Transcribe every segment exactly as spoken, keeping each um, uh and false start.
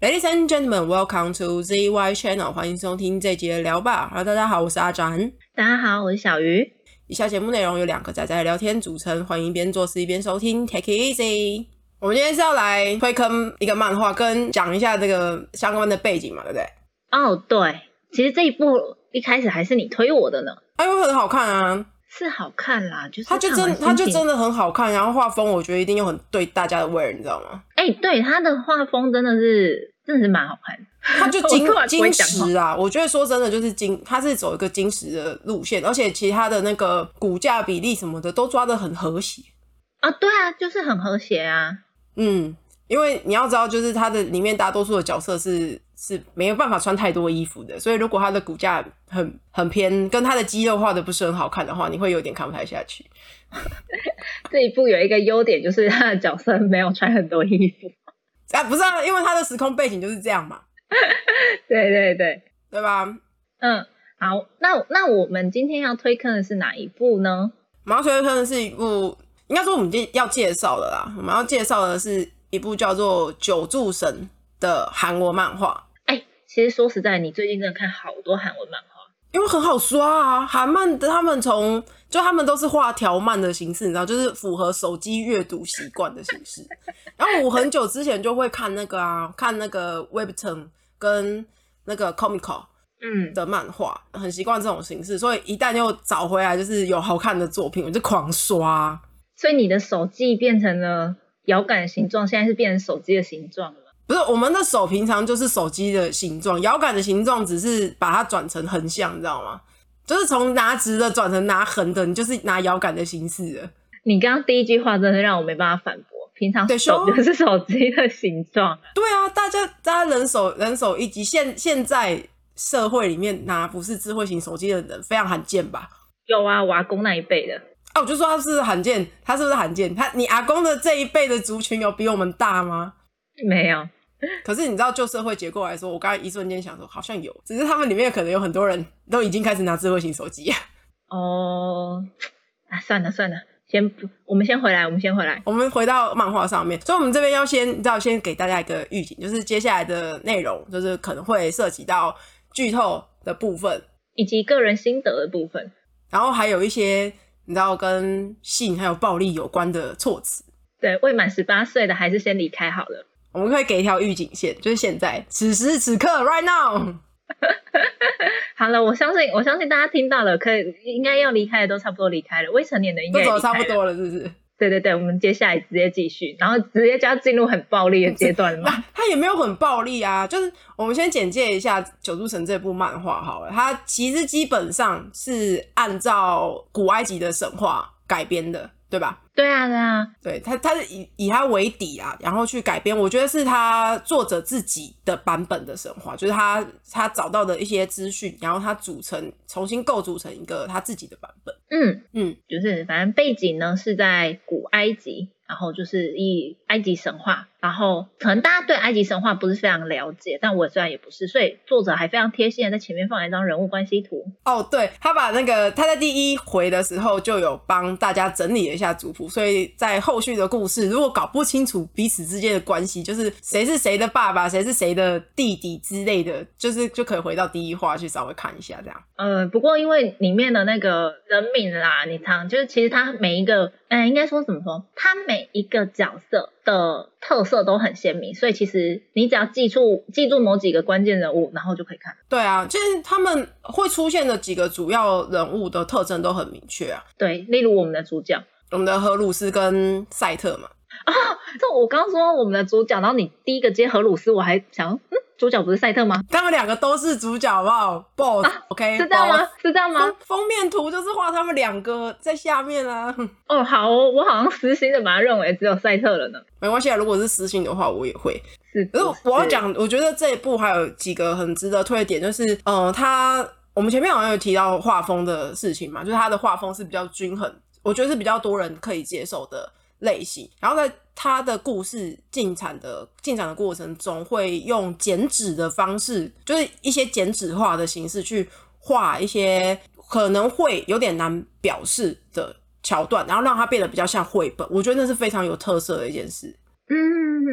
Ladies and gentlemen, welcome to Z Y Channel， 欢迎收听这一集的聊吧。Hello， 大家好，我是阿展。 大家好，我是小鱼。 以下节目内容由两个仔仔的聊天组成，欢迎一边做事一边收听 ，Take it easy。我们今天是要来推坑一个漫画，跟讲一下这个相关的背景嘛，对不对？ 哦，对，其实这一部一开始还是你推我的呢。 哎呦，很好看啊， 是好看啦，就是它就真它就真的很好看，然后画风我觉得一定又很对大家的味儿，你知道吗？ 哎、欸，对，它的画风真的是真的是蛮好看的， 它就金金石啊，我觉得说真的就是金，它是走一个金石的路线，而且其他的那个骨架比例什么的都抓得很和谐啊。对啊，就是很和谐啊。 嗯，因为你要知道，就是它的里面大多数的角色是是没有办法穿太多衣服的，所以如果它的骨架很很偏，跟它的肌肉画的不是很好看的话，你会有点看不太下去。 这一部有一个优点，就是他的角色没有穿很多衣服。 啊，不是啊，因为它的时空背景就是这样嘛。 对对对， 对吧？ 嗯，好，那那我们今天要推坑的是哪一部呢？ 我们要推坑的是一部，应该说我们要介绍的啦。我们要介绍的是一部叫做《九柱神》的韩文漫画。 哎、欸，其实说实在，你最近真的看好多韩文漫画。 因为很好刷啊，韩漫的他们从就他们都是画条漫的形式，你知道，就是符合手机阅读习惯的形式。然后我很久之前就会看那个啊，看那个 Webtoon 跟那个 Comico 嗯的漫画，很习惯这种形式，所以一旦又找回来就是有好看的作品，我就狂刷。 所以你的手机变成了摇杆的形状，现在是变成手机的形状了。 不是，我们的手平常就是手机的形状，摇杆的形状只是把它转成横向，你知道吗？就是从拿直的转成拿横的，你就是拿摇杆的形式了。 你刚刚第一句话真的让我没办法反驳，平常手就是手机的形状。 对啊，大家大家人手人手一机，现现在社会里面拿不是智慧型手机的人非常罕见吧？ 有啊，我阿公那一辈的。 啊，我就说他是罕见，他是不是罕见？他你阿公的这一辈的族群有比我们大吗？ 没有。 可是你知道就社会结构来说，我刚才一瞬间想说好像有，只是他们里面可能有很多人都已经开始拿智慧型手机。 哦，啊，算了算了，先我们先回来我们先回来我们回到漫画上面。所以我们这边要先你知道先给大家一个预警，就是接下来的内容就是可能会涉及到剧透的部分以及个人心得的部分， 然后还有一些你知道跟性还有暴力有关的措辞。 对，未满十八岁的还是先离开好了。 我们可以给一条预警线，就是现在此时此刻 right now。 好了，我相信我相信大家听到了，可以应该要离开的都差不多离开了，未成年的应该也离开了， 都走差不多了是不是？ 对对对，我们接下来直接继续，然后直接就要进入很暴力的阶段了吗？ 它也没有很暴力啊，就是我们先简介一下《九柱神》这部漫画好了。它其实基本上是按照古埃及的神话改编的，对吧？ 对啊对啊， 对，他他是以以他为底啊，然后去改编。我觉得是他作者自己的版本的神话，就是他他找到的一些资讯，然后他组成重新构筑成一个他自己的版本。 嗯嗯， 就是反正背景呢是在古埃及，然后就是以埃及神话，然后可能大家对埃及神话不是非常了解，但我虽然也不是，所以作者还非常贴心的在前面放了一张人物关系图。 哦，对，他把那个他在第一回的时候就有帮大家整理了一下族谱，所以在后续的故事如果搞不清楚彼此之间的关系，就是谁是谁的爸爸谁是谁的弟弟之类的，就是就可以回到第一话去稍微看一下这样。 呃，不过因为里面的那个人名啦，你常就是其实他每一个嗯，应该说怎么说，他每一个角色的特色都很鲜明，所以其实你只要记住记住某几个关键人物，然后就可以看。对啊，就是他们会出现的几个主要人物的特征都很明确啊。 对，例如我们的主角， 我们的荷鲁斯跟赛特嘛。 啊，这我刚说我们的主角，然后你第一个接荷鲁斯，我还想嗯，主角不是赛特吗？ 他们两个都是主角好不好 ？Boss， 啊、 OK， 是这样吗？是这样吗？ 封, 封面图就是画他们两个在下面啊。 哦，好哦，我好像私心的把它认为只有赛特了呢。 没关系啊，如果是私心的话，我也会。 是， 可是我要讲，我觉得这一部还有几个很值得推的点，就是嗯，他我们前面好像有提到画风的事情嘛，就是他的画风是比较均衡，我觉得是比较多人可以接受的类型。然后在他的故事进展的进展的过程中，会用剪纸的方式，就是一些剪纸画的形式去画一些可能会有点难表示的桥段，然后让它变得比较像绘本。我觉得那是非常有特色的一件事。 嗯，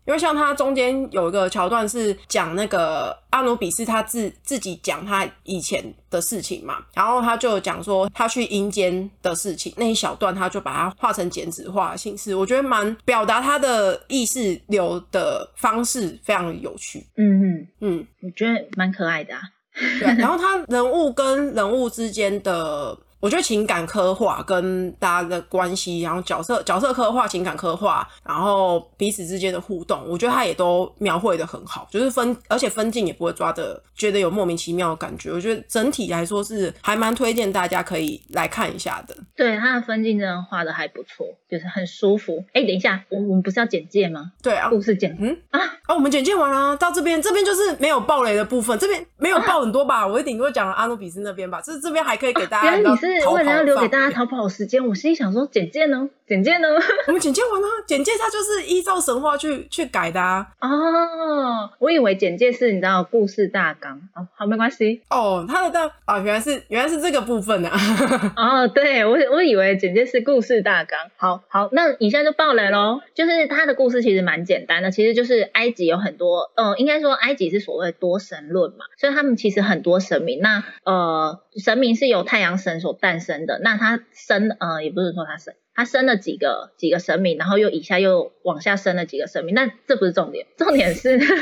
因为像他中间有一个桥段是讲那个阿努比斯他自自己讲他以前的事情嘛，然后他就讲说他去阴间的事情，那一小段他就把它画成简纸化的形式，我觉得蛮表达他的意识流的方式非常有趣。 嗯嗯嗯， 我觉得蛮可爱的啊。 对，然后他人物跟人物之间的，我觉得情感刻画跟大家的关系，然后角色角色刻画、情感刻画，然后彼此之间的互动，我觉得他也都描绘的很好，就是分，而且分镜也不会抓的觉得有莫名其妙的感觉。我觉得整体来说是还蛮推荐大家可以来看一下的。 对，他的分镜真的画的还不错，就是很舒服。哎，等一下，我我们不是要简介吗？ 对啊， 故事简嗯啊啊，我们简介完了，到这边这边就是没有爆雷的部分，这边没有爆很多吧？啊、我顶多讲了阿努比斯那边吧，就是这边还可以给大家。 原来你是为了要留给大家逃跑时间，我心里想说简介呢？简介呢？ 我们简介完了，简介它就是依照神话去去改的啊。 哦，我以为简介是你知道故事大纲。哦，好，没关系。 哦，它的大啊，原来是原来是这个部分啊。 哦，对，我我以为简介是故事大纲。好好，那以下就爆雷咯。就是它的故事其实蛮简单的，其实就是埃及有很多，呃，应该说埃及是所谓多神论嘛，所以他们其实很多神明。那呃，神明是由太阳神所诞生的，那他生呃，也不是说他生。他生了几个几个神明，然后又以下又往下生了几个神明，但这不是重点，重点是重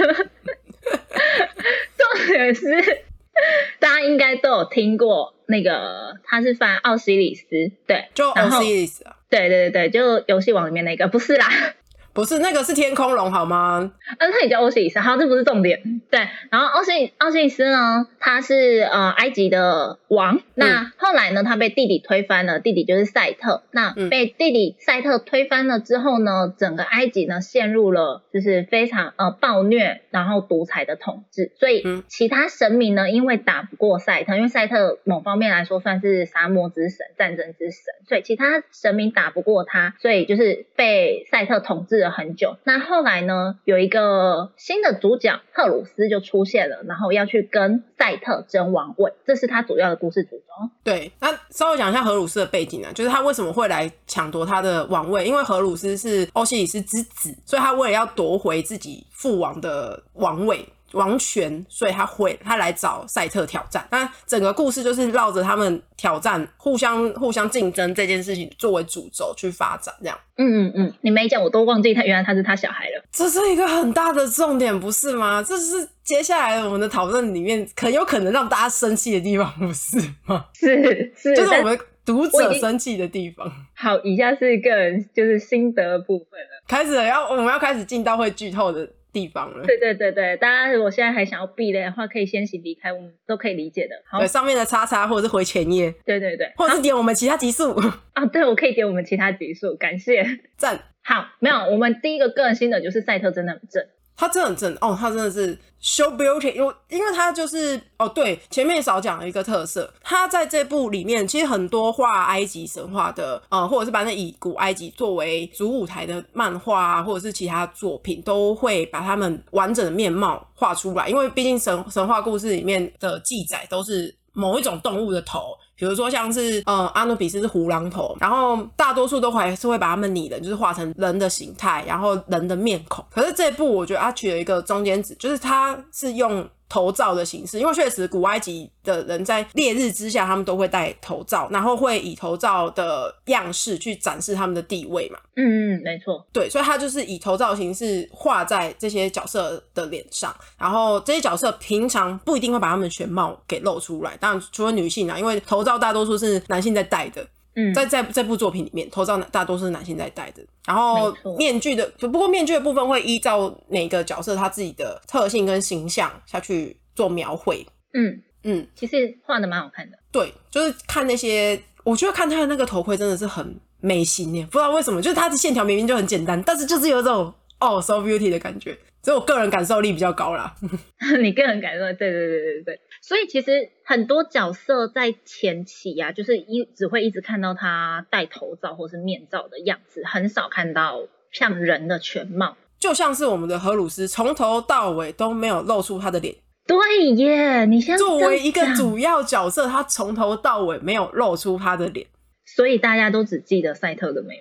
点是大家应该都有听过那个，他是翻奥西里斯，对， 就奥西里斯啊， 对对对对，就游戏王里面那个，不是啦。 不是，那个是天空龙好吗？ 嗯，他也叫欧西里斯，好，这不是重点。对，然后奥西奥西里斯呢，他是呃埃及的王，那后来呢，他被弟弟推翻了，弟弟就是赛特。那被弟弟赛特推翻了之后呢，整个埃及呢陷入了就是非常呃暴虐然后独裁的统治，所以其他神明呢，因为打不过赛特，因为赛特某方面来说算是沙漠之神、战争之神，所以其他神明打不过他，所以就是被赛特统治了很久。那后来呢，有一个新的主角赫鲁斯就出现了，然后要去跟赛特争王位，这是他主要的故事主轴。 对，那稍微讲一下荷鲁斯的背景啊，就是他为什么会来抢夺他的王位，因为荷鲁斯是欧西里斯之子，所以他为了要夺回自己父王的王位王权，所以他会他来找赛特挑战。那整个故事就是绕着他们挑战互相互相竞争这件事情作为主轴去发展，这样。 嗯嗯嗯，你没讲我都忘记他原来他是他小孩了。 这是一个很大的重点，不是吗？这是接下来我们的讨论里面很有可能让大家生气的地方，不是吗？ 是是， 就是我们读者生气的地方。 好，以下是个人就是心得部分了， 开始了，要我们要开始进到会剧透的地方了。 对对对对，大家如果现在还想要避雷的话，可以先行离开，我们都可以理解的。好， 对，上面的叉叉或者是回前页， 对对对， 或者是点我们其他集数啊，对，我可以点我们其他集数，感谢， 赞。 好，没有，我们第一个个人心得就是赛特真的很正。 他真的很正哦，他真的是 show beauty， 因为因为他就是哦，对，前面少讲了一个特色，他在这部里面其实很多画埃及神话的，呃，或者是把那以古埃及作为主舞台的漫画啊，或者是其他作品，都会把他们完整的面貌画出来，因为毕竟神神话故事里面的记载都是某一种动物的头。比如说像是呃阿努比斯是胡狼头，然后大多数都还是会把他们拟人，就是画成人的形态，然后人的面孔。可是这一部我觉得他取了一个中间值，就是他是用头罩的形式，因为确实古埃及的人在烈日之下他们都会戴头罩，然后会以头罩的样式去展示他们的地位嘛。 嗯嗯，没错。 对，所以他就是以头罩的形式画在这些角色的脸上，然后这些角色平常不一定会把他们的全貌给露出来，当然除了女性啊，因为头罩大多数是男性在戴的。嗯，在在这部作品里面，头罩大多数是男性在戴的，然后面具的，不过面具的部分会依照每个角色他自己的特性跟形象下去做描绘。嗯嗯，其实画的蛮好看的。 对，就是看那些，我觉得看他的那个头盔真的是很美型耶，不知道为什么，就是他的线条明明就很简单，但是就是有这种哦 so beauty 的感觉。所以我个人感受力比较高啦。 你个人感受，对对对对对。所以其实很多角色在前期啊，就是一只会一直看到他戴头罩或是面罩的样子，很少看到像人的全貌。 就像是我们的荷鲁斯，从头到尾都没有露出他的脸。 对耶，你现在作为一个主要角色，他从头到尾没有露出他的脸， 所以大家都只记得赛特的美貌。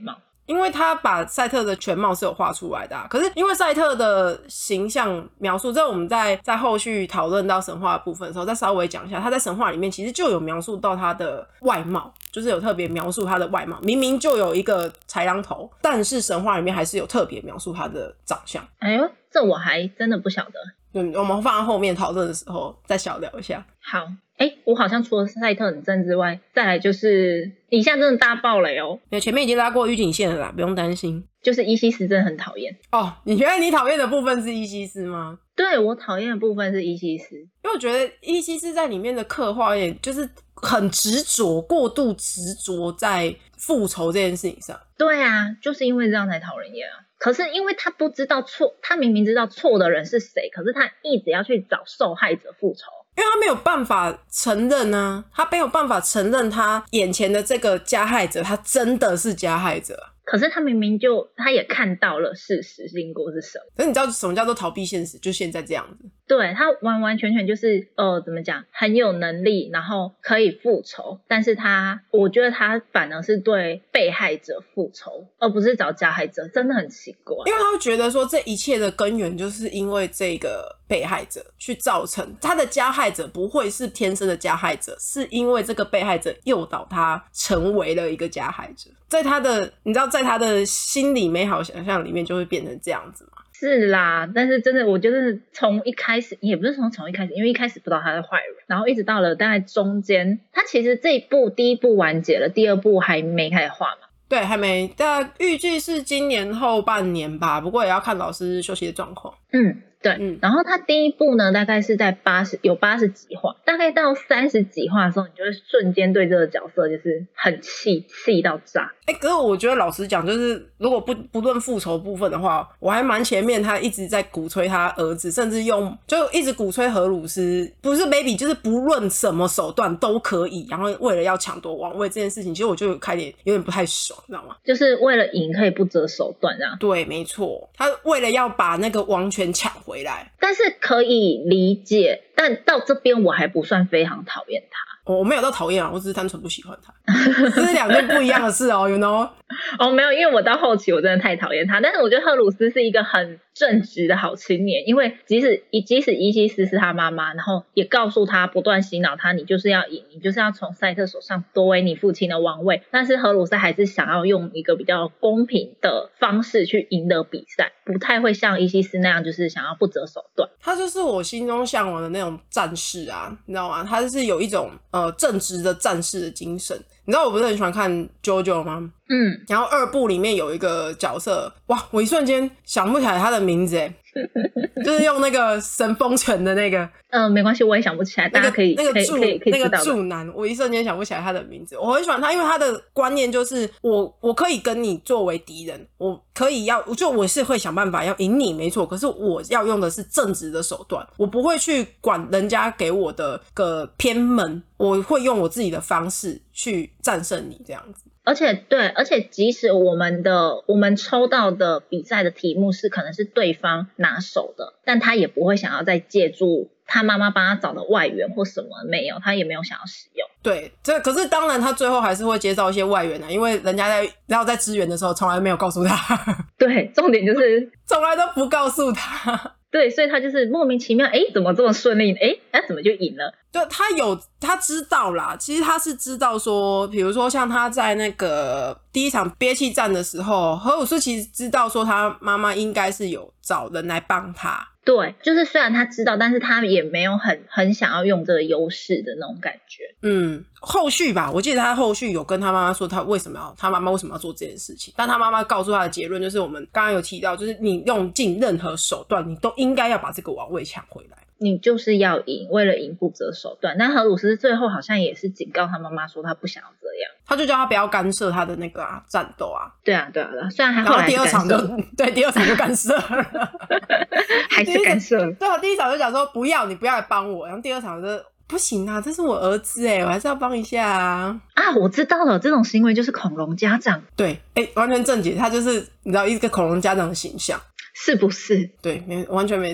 因为他把赛特的全貌是有画出来的、啊，可是因为赛特的形象描述，这我们在在后续讨论到神话的部分的时候再稍微讲一下，他在神话里面其实就有描述到他的外貌，就是有特别描述他的外貌，明明就有一个豺狼头，但是神话里面还是有特别描述他的长相。 哎呦，这我还真的不晓得。 嗯，我们放在后面讨论的时候再小聊一下。 好，哎，我好像除了赛特很正之外，再来就是以下真的大爆雷哦。 对，前面已经拉过预警线了啦，不用担心。 就是伊西斯真的很讨厌哦。你觉得你讨厌的部分是伊西斯吗？ 对，我讨厌的部分是伊西斯， 因为我觉得伊西斯在里面的刻画也就是很执着，过度执着在复仇这件事情上。 对啊，就是因为这样才讨人厌啊。可是因为他不知道错，他明明知道错的人是谁，可是他一直要去找受害者复仇， 因为他没有办法承认啊，他没有办法承认他眼前的这个加害者他真的是加害者。 可是他明明就他也看到了事实经过是什么。 可是你知道什么叫做逃避现实？就现在这样子。 对，他完完全全就是呃怎么讲，很有能力，然后可以复仇，但是他我觉得他反而是对被害者复仇，而不是找加害者，真的很奇怪。 因为他会觉得说这一切的根源就是因为这个被害者去造成，他的加害者不会是天生的加害者，是因为这个被害者诱导他成为了一个加害者。在他的你知道在他的心理美好想象里面就会变成这样子嘛。 是啦，但是真的我就是从一开始，也不是从从一开始，因为一开始不知道他是坏人，然后一直到了大概中间，他其实这一部第一部完结了，第二部还没开始画嘛。 对，还没，但预计是今年后半年吧，不过也要看老师休息的状况。 嗯，对，嗯，然后他第一部呢，大概是在八十有八十几话，大概到三十几话的时候，你就会瞬间对这个角色就是很气，气到炸。 哎、欸，可是我觉得老实讲，就是如果不不论复仇部分的话，我还蛮前面他一直在鼓吹他儿子，甚至用就一直鼓吹荷鲁斯不是 baby， 就是不论什么手段都可以，然后为了要抢夺王位这件事情，其实我就有开点有点不太爽，你知道吗？ 就是为了赢可以不择手段这样。 对，没错，他为了要把那个王权抢回来， 但是可以理解，但到这边我还不算非常讨厌他。 我没有到讨厌啊，我只是单纯不喜欢他，这是两件不一样的事哦 ，you know？ 哦，没有，因为我到后期我真的太讨厌他，但是我觉得赫鲁斯是一个很正直的好青年，因为即使即使伊西斯是他妈妈，然后也告诉他，不断洗脑他，你就是要赢，你就是要从赛特手上夺回你父亲的王位，但是赫鲁斯还是想要用一个比较公平的方式去赢得比赛，不太会像伊西斯那样就是想要不择手段。 他就是我心中向往的那种战士啊，你知道吗？他就是有一种呃正直的战士的精神。你知道我不是很喜欢看 JoJo 吗？ 嗯， 然后二部里面有一个角色，哇，我一瞬间想不起来他的名字诶就是用那个神风拳的那个， 嗯、呃，没关系，我也想不起来， 那个、 大家可以那个柱可以可以那个知道的。 柱男，我一瞬间想不起来他的名字。我很喜欢他，因为他的观念就是我我可以跟你作为敌人，我可以要就我是会想办法要赢你，没错。可是我要用的是正直的手段，我不会去管人家给我的个偏门，我会用我自己的方式去战胜你这样子。 而且对，而且即使我们的我们抽到的比赛的题目是可能是对方拿手的，但他也不会想要再借助他妈妈帮他找的外援或什么，没有，他也没有想要使用。 对，这可是当然他最后还是会接到一些外援啊，因为人家在然后在支援的时候从来没有告诉他。 对，重点就是从来都不告诉他。 对，所以他就是莫名其妙，诶怎么这么顺利？诶他怎么就赢了？ 对，他有他知道啦，其实他是知道说，比如说像他在那个第一场憋气战的时候，荷鲁斯其实知道说他妈妈应该是有找人来帮他。 对，就是虽然他知道，但是他也没有很很想要用这个优势的那种感觉。 嗯，后续吧，我记得他后续有跟他妈妈说他为什么要他妈妈为什么要做这件事情，但他妈妈告诉他的结论就是我们刚刚有提到，就是你用尽任何手段，你都应该要把这个王位抢回来。 你就是要赢，为了赢不择手段。但荷鲁斯最后好像也是警告他妈妈说他不想要这样， 他就叫他不要干涉他的那个、啊、战斗啊。 对啊，对啊，对啊，虽然他后来然后第二场就对第二场就干涉了， 还是干涉了。 对啊，第一场就讲说不要，你不要来帮我，然后第二场就不行啊，这是我儿子哎，我还是要帮一下啊。 啊，我知道了，这种行为就是恐龙家长。 对，哎，完全正解，他就是你知道一个恐龙家长的形象。 是不是？ 对，没完全没错。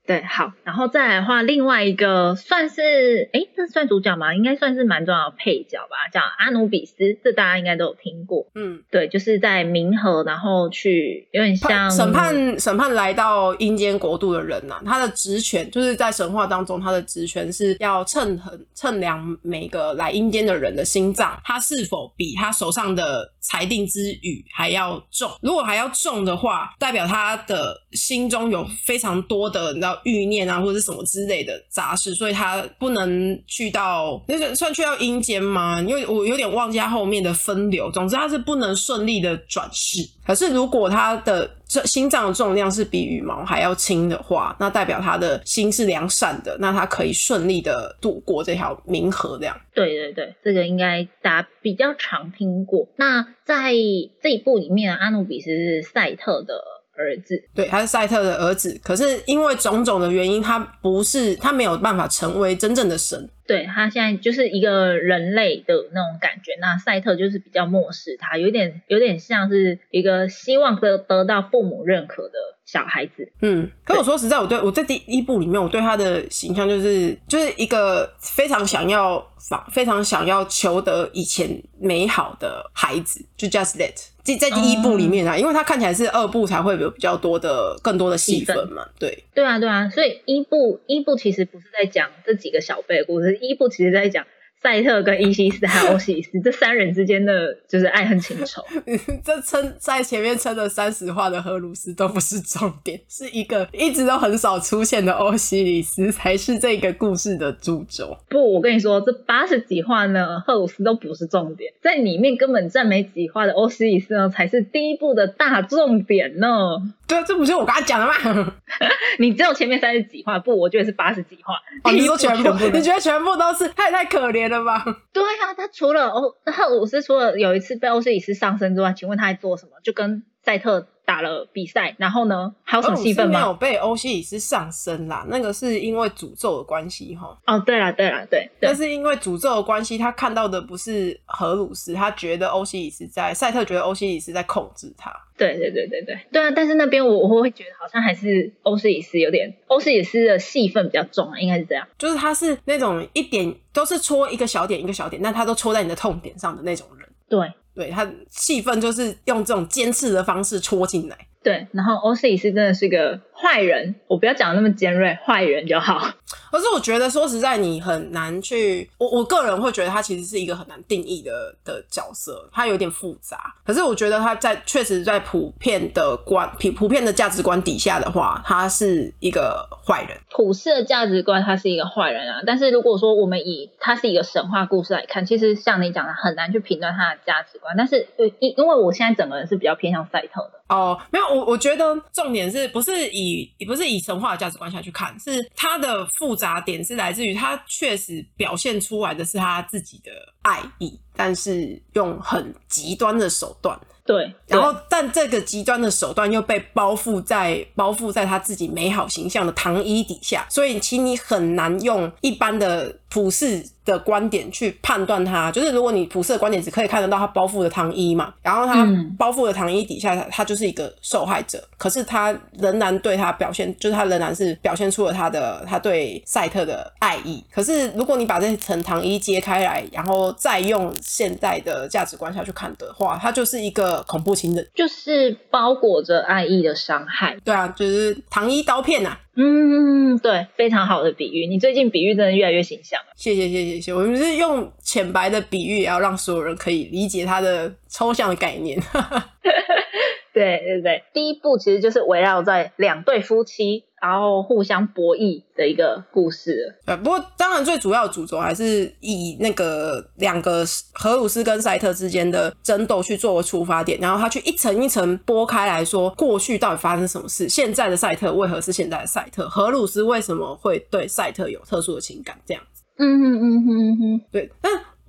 对，好，然后再来的话，另外一个算是，诶，这算主角吗？应该算是蛮重要的配角吧，叫阿努比斯，这大家应该都有听过。 嗯， 对，就是在冥河，然后去有点像审判审判来到阴间国度的人啊，他的职权就是在神话当中，他的职权是要称衡称量每个来阴间的人的心脏，他是否比他手上的裁定之语还要重。如果还要重的话，代表他的心中有非常多的你知道欲念啊，或者是什么之类的杂事，所以他不能去到那个算去到阴间吗？因为我有点忘记他后面的分流。总之他是不能顺利的转世。可是如果他的心脏的重量是比羽毛还要轻的话，那代表他的心是良善的，那他可以顺利的度过这条冥河这样。 对对对，这个应该大家比较常听过。那在这一部里面，阿努比斯是赛特的儿子， 对，他是赛特的儿子，可是因为种种的原因，他不是他没有办法成为真正的神。 对，他现在就是一个人类的那种感觉，那赛特就是比较漠视他，有点有点像是一个希望得得到父母认可的小孩子。 嗯，可我说实在，我对我在第一部里面，我对他的形象就是就是一个非常想要非常想要求得以前美好的孩子，就 just that。在第一部里面啊、嗯，因为他看起来是二部才会有比较多的更多的戏份嘛，对， 对啊，对啊，所以一部一部其实不是在讲这几个小辈的故事，一部其实在讲赛特跟伊西斯还有欧西里斯这三人之间的就是爱恨情仇。 这称在前面称的三十话的荷鲁斯都不是重点，是一个一直都很少出现的欧西里斯才是这个故事的主轴。 不，我跟你说，这八十几话呢，荷鲁斯都不是重点，在里面根本占没几话的欧西里斯呢，才是第一部的大重点呢。 对啊，这不是我刚才讲的吗？ 你只有前面三十几话，不，我觉得是八十几话。 哦，你说全部？你觉得全部都是？他也太可怜了吧？ 对啊，他除了欧赫鲁斯除了有一次被欧西里斯上身之外，请问他在做什么？就跟赛特打了比赛，然后呢，还有什么戏份吗？ 没有被欧西里斯上身啦，那个是因为诅咒的关系哈。 哦，对啦，对啦，对， 但是因为诅咒的关系，他看到的不是荷鲁斯，他觉得欧西里斯在赛特觉得欧西里斯在控制他。 对对对对对对啊！但是那边我我会觉得好像还是欧西里斯有点，欧西里斯的戏份比较重啊，应该是这样。 就是他是那种一点都是戳一个小点一个小点，但他都戳在你的痛点上的那种人。 对对，他戏份就是用这种尖刺的方式戳进来。 对，然后欧西里斯真的是个坏人，我不要讲那么尖锐，坏人就好。 可是我觉得说实在你很难去，我我个人会觉得他其实是一个很难定义的的角色，他有点复杂。可是我觉得他在确实在普遍的观普遍的价值观底下的话，他是一个坏人。 普世的价值观他是一个坏人啊，但是如果说我们以他是一个神话故事来看，其实像你讲的很难去评断他的价值观。但是因因为我现在整个人是比较偏向赛特的。 哦，没有，我我觉得重点是不是以不是以神话的价值观下去看，是他的复杂点是来自于他确实表现出来的是他自己的爱意，但是用很极端的手段。 对， 然后但这个极端的手段又被包覆在包覆在他自己美好形象的糖衣底下，所以其实你很难用一般的普世的观点去判断他，就是如果你普世的观点只可以看得到他包覆的糖衣嘛，然后他包覆的糖衣底下他, 他就是一个受害者，可是他仍然对他表现，就是他仍然是表现出了他的他对赛特的爱意。可是如果你把这层糖衣揭开来，然后再用现在的价值观下去看的话，他就是一个恐怖情人， 就是包裹着爱意的伤害。 对啊，就是糖衣刀片啊。 嗯，对，非常好的比喻，你最近比喻真的越来越形象了。 谢谢谢谢谢谢，我们是用浅白的比喻，也要让所有人可以理解它的抽象的概念。 对对对，第一部其实就是围绕在两对夫妻然后互相博弈的一个故事。 对，不过当然最主要的主轴还是以那个两个荷鲁斯跟赛特之间的争斗去做个出发点，然后他去一层一层剥开来说过去到底发生什么事，现在的赛特为何是现在的赛特，荷鲁斯为什么会对赛特有特殊的情感，这样子。 嗯哼嗯哼嗯哼， 对，但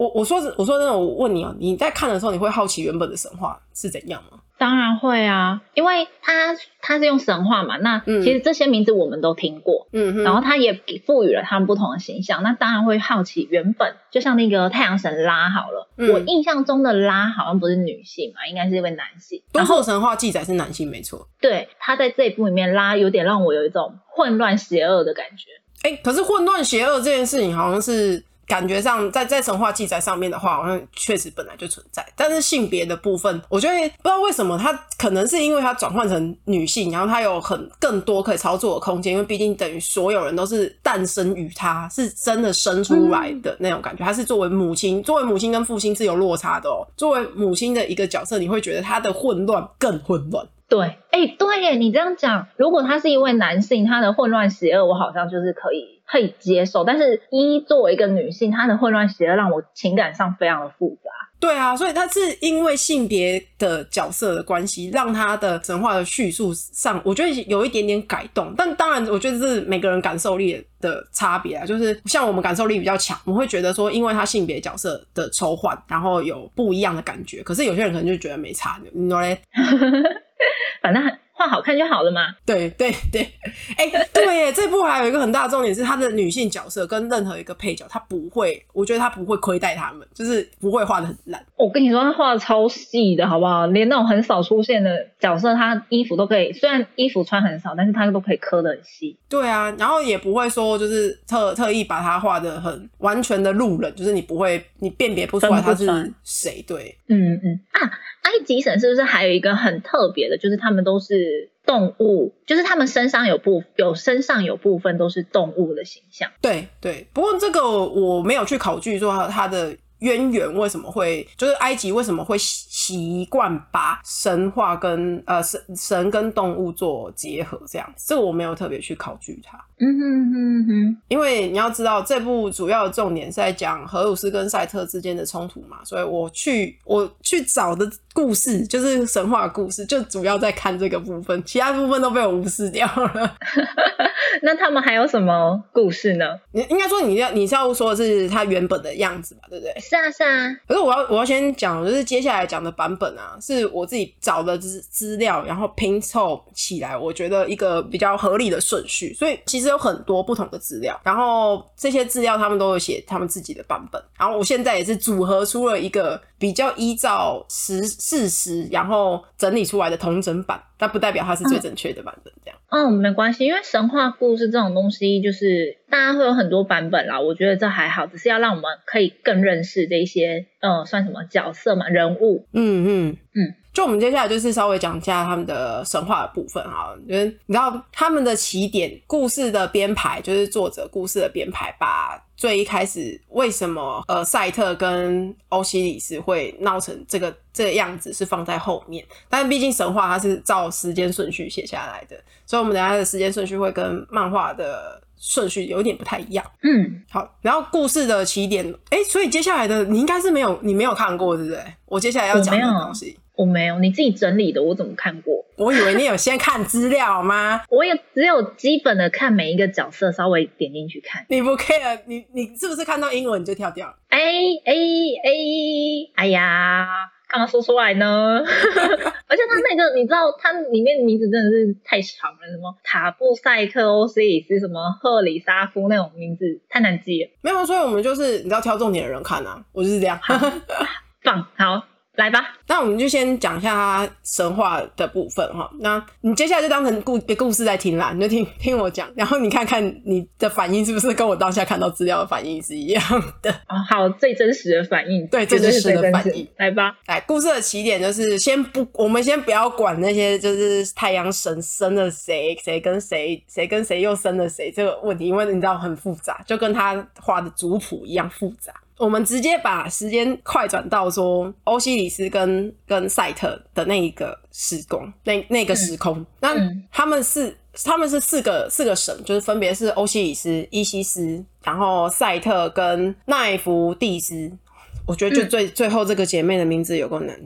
我我说我说真的，我问你哦、喔，你在看的时候，你会好奇原本的神话是怎样吗？ 当然会啊，因为他他是用神话嘛，那其实这些名字我们都听过，嗯哼，然后他也赋予了他们不同的形象，那当然会好奇原本就像那个太阳神拉好了，嗯、我印象中的拉好像不是女性嘛，应该是一位男性。 多数神话记载是男性，没错。 对，他在这一部里面拉有点让我有一种混乱邪恶的感觉。 哎、欸，可是混乱邪恶这件事情好像是。感觉上在在神话记载上面的话好像确实本来就存在，但是性别的部分我觉得不知道为什么它可能是因为它转换成女性，然后它有很更多可以操作的空间，因为毕竟等于所有人都是诞生于它，是真的生出来的那种感觉，它是作为母亲，作为母亲跟父亲是有落差的哦。作为母亲的一个角色，你会觉得她的混乱更混乱。 对，哎、欸，对耶，你这样讲，如果他是一位男性，他的混乱邪恶我好像就是可以可以接受，但是一作为一个女性，她的混乱邪恶让我情感上非常的复杂。 对啊，所以他是因为性别的角色的关系，让他的神话的叙述上，我觉得有一点点改动。但当然，我觉得这是每个人感受力的差别啊。就是像我们感受力比较强，我们会觉得说，因为他性别角色的抽换，然后有不一样的感觉。可是有些人可能就觉得没差，你知道嘞？ 反正画好看就好了嘛。 对对对，哎、欸，对耶，这部还有一个很大的重点是，他的女性角色跟任何一个配角，他不会，我觉得他不会亏待他们，就是不会画得很烂。 我跟你说，他画的超细的，好不好？连那种很少出现的角色，他衣服都可以，虽然衣服穿很少，但是他都可以刻得很细。 对啊，然后也不会说就是特特意把他画得很完全的路人，就是你不会，你辨别不出来他是谁。对， 嗯嗯啊，埃及神是不是还有一个很特别的，就是他们都是动物，就是他们身上有部有身上有部分都是动物的形象。 对对，不过这个我没有去考据说它的渊源为什么会，就是埃及为什么会习惯把神话跟呃神神跟动物做结合这样，这个我没有特别去考据它。 嗯哼哼哼， 因为你要知道这部主要的重点是在讲荷鲁斯跟赛特之间的冲突嘛，所以我去我去找的故事就是神话的故事，就主要在看这个部分，其他部分都被我无视掉了。 那他们还有什么故事呢？ 你应该说你要你是要说的是他原本的样子吧，对不对？ 是啊是啊。 可是我要我要先讲，就是接下来讲的版本啊，是我自己找的资资料，然后拼凑起来，我觉得一个比较合理的顺序。所以其实有很多不同的资料，然后这些资料他们都有写他们自己的版本，然后我现在也是组合出了一个比较依照实事实，然后整理出来的统整版，但不代表它是最正确的版本。这样， 嗯，没关系，因为神话故事这种东西，就是大家会有很多版本啦。我觉得这还好，只是要让我们可以更认识这些，呃，算什么角色嘛，人物。 嗯嗯嗯。 就我们接下来就是稍微讲一下他们的神话的部分哈，就是你知道他们的起点，故事的编排，就是作者故事的编排，把最一开始为什么呃赛特跟欧西里斯会闹成这个这个样子是放在后面，但毕竟神话它是照时间顺序写下来的，所以我们等一下的时间顺序会跟漫画的顺序有点不太一样。 嗯， 好，然后故事的起点，哎，所以接下来的你应该是没有你没有看过对不对？我接下来要讲的东西。 我没有，你自己整理的，我怎么看过？ 我以为你有先看资料吗？ 我也只有基本的看每一个角色，稍微点进去看。 你不 care， 你你是不是看到英文你就跳掉？ 哎哎哎，哎呀，干嘛说出来呢？而且他那个，你知道，他里面名字真的是太长了，什么塔布赛特、欧西里斯、什么赫里沙夫那种名字太难记了。 没有，所以我们就是你知道挑重点的人看啊，我就是这样。 放好。来吧， 那我们就先讲一下他神话的部分哈。那你接下来就当成故故事在听啦，你就听听我讲，然后你看看你的反应是不是跟我当下看到资料的反应是一样的。 哦，好，最真实的反应， 对，最真实的反应。 来吧， 来，故事的起点就是先不，我们先不要管那些就是太阳神生了谁，谁跟谁，谁跟谁又生了谁这个问题，因为你知道很复杂，就跟他画的族谱一样复杂。我们直接把时间快转到说欧西里斯跟跟赛特的那一个时空，那那个时空，嗯、那他们是他们是四个四个神，就是分别是欧西里斯、伊西斯，然后赛特跟奈芙蒂斯。我觉得就最、嗯、最后这个姐妹的名字有够难记。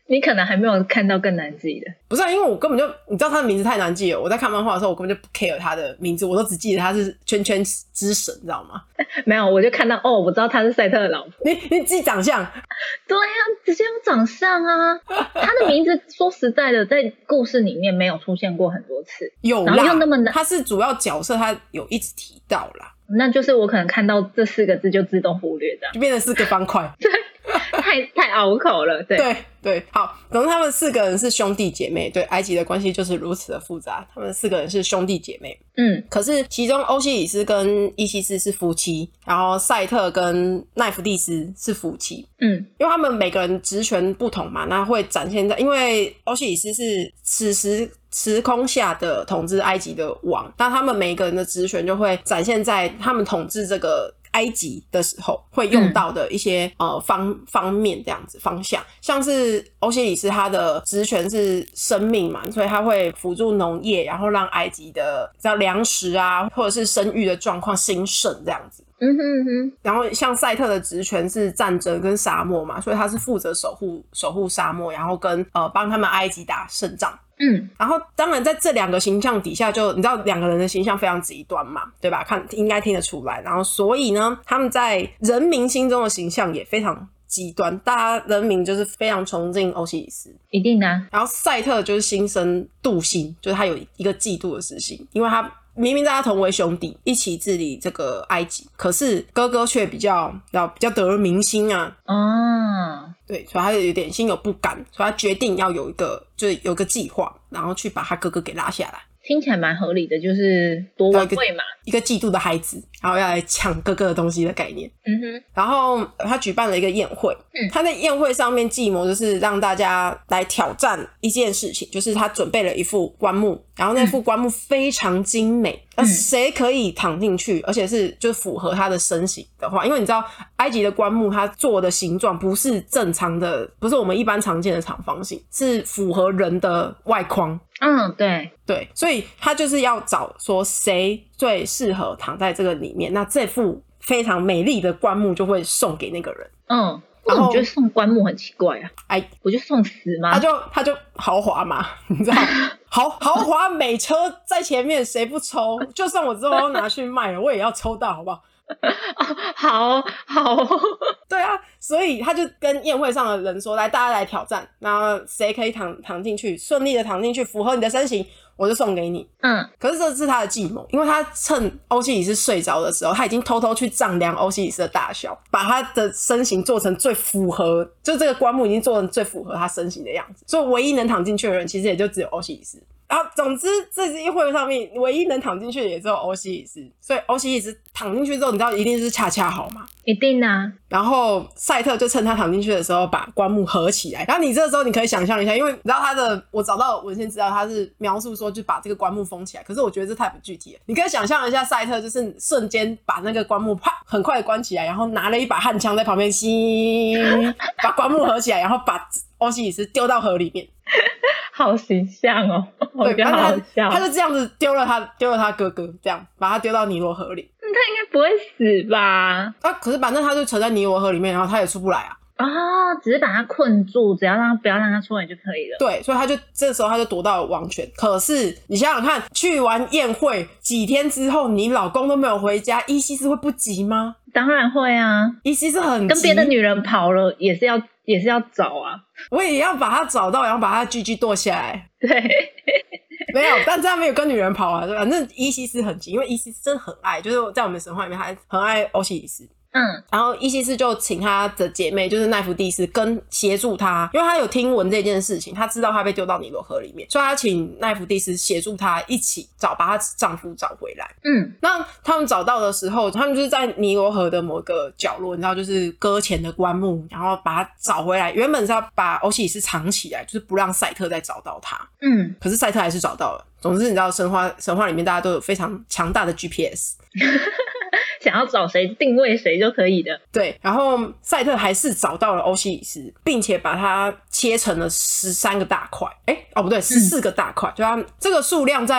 你可能还没有看到更难记的。 不是、啊，因为我根本就你知道他的名字太难记了。我在看漫画的时候，我根本就不 care 他的名字，我都只记得他是圈圈之神，你知道吗？ 没有，我就看到哦，我知道他是赛特的老婆。 你你记长相？ 对呀、啊，直接用长相啊。他的名字说实在的，在故事里面没有出现过很多次。 有啦， 然后又那么难， 他是主要角色，他有一直提到啦。 那就是我可能看到这四个字就自动忽略，这样就变成四个方块。 对，太太拗口了。对对对，好，总之他们四个人是兄弟姐妹，对，埃及的关系就是如此的复杂。他们四个人是兄弟姐妹， 嗯， 可是其中欧西里斯跟伊西斯是夫妻，然后赛特跟奈芙蒂斯是夫妻， 嗯， 因为他们每个人职权不同嘛，那会展现在，因为欧西里斯是此时时空下的统治埃及的王，那他们每一个人的职权就会展现在他们统治这个埃及的时候会用到的一些、嗯、呃方方面这样子方向，像是欧西里斯他的职权是生命嘛，所以他会辅助农业，然后让埃及的像粮食啊或者是生育的状况兴盛这样子。 嗯哼嗯哼， 然后像赛特的职权是战争跟沙漠嘛，所以他是负责守护守护沙漠，然后跟呃帮他们埃及打胜仗。 嗯， 然后当然在这两个形象底下就，你知道两个人的形象非常极端嘛，对吧？看应该听得出来。然后所以呢，他们在人民心中的形象也非常极端，大家人民就是非常崇敬欧西里斯， 一定的、啊。 然后赛特就是心生妒心，就是他有一个嫉妒的私心，因为他明明大家同为兄弟，一起治理这个埃及，可是哥哥却比较要比较得人民心啊。 哦， 对，所以他有点心有不甘，所以他决定要有一个就是有一个计划，然后去把他哥哥给拉下来。 听起来蛮合理的，就是夺王位嘛， 一个嫉妒的孩子，然后要来抢哥哥的东西的概念。 嗯哼， 然后他举办了一个宴会，嗯，他在宴会上面计谋就是让大家来挑战一件事情，就是他准备了一副棺木，然后那副棺木非常精美，那、嗯、谁可以躺进去，而且是就符合他的身形的话，因为你知道埃及的棺木它做的形状不是正常的，不是我们一般常见的长方形，是符合人的外框。 嗯，对对，所以他就是要找说谁最适合躺在这个里面，那这副非常美丽的棺木就会送给那个人。 嗯，然后我觉得送棺木很奇怪啊， 哎， 我就送死吗？ 他就他就豪华嘛，你知道，豪豪华美车在前面，谁不抽？就算我之后要拿去卖了，我也要抽到，好不好？ 哦、好好， 对啊，所以他就跟宴会上的人说，来，大家来挑战，然后谁可以躺躺进去，顺利的躺进去，符合你的身形，我就送给你。嗯，可是这是他的计谋，因为他趁欧西里斯睡着的时候，他已经偷偷去丈量欧西里斯的大小，把他的身形做成最符合，就这个棺木已经做成最符合他身形的样子，所以唯一能躺进去的人，其实也就只有欧西里斯。然后总之这次宴会上面唯一能躺进去的也只有欧西里斯，所以欧西里斯躺进去之后，你知道一定是恰恰好吗？ 一定啊。 然后赛特就趁他躺进去的时候把棺木合起来，然后你这个时候你可以想象一下，因为你知道他的，我找到文献资料，他是描述说就把这个棺木封起来，可是我觉得这太不具体了。你可以想象一下赛特就是瞬间把那个棺木啪很快的关起来，然后拿了一把焊枪在旁边吸把棺木合起来，然后把欧西里斯丢到河里面。 好形象哦，我觉得好好笑。 他就这样子丢了他丢了他哥哥，这样把他丢到尼罗河里。 他应该不会死吧？ 啊，可是反正他就沉在尼罗河里面，然后他也出不来啊。 哦，只是把他困住，只要让他不要让他出来就可以了。 对，所以他就这时候他就夺到了王权。可是你想想看，去完宴会几天之后，你老公都没有回家，伊西斯会不急吗？ 当然会啊， 伊西斯很急， 跟别的女人跑了也是要也是要找啊。 我也要把他找到，然后把他鸡鸡剁下来。 对， 没有，但他没有跟女人跑啊。反正伊西斯很急，因为伊西斯真的很爱，就是在我们神话里面还很爱欧西里斯。嗯，然后伊西斯就请他的姐妹，就是奈芙蒂斯，跟协助他，因为他有听闻这件事情，他知道他被丢到尼罗河里面，所以他请奈芙蒂斯协助他一起找，把他丈夫找回来。嗯，那他们找到的时候，他们就是在尼罗河的某个角落，你知道，就是搁浅的棺木，然后把他找回来。原本是要把欧西里斯藏起来，就是不让赛特再找到他。嗯，可是赛特还是找到了。总之，你知道神话神话里面大家都有非常强大的 G P S。 想要找谁定位谁就可以的。 对，然后赛特还是找到了欧西里斯，并且把它切成了十三个大块。哎，哦不对，十四个大块。嗯、就它这个数量在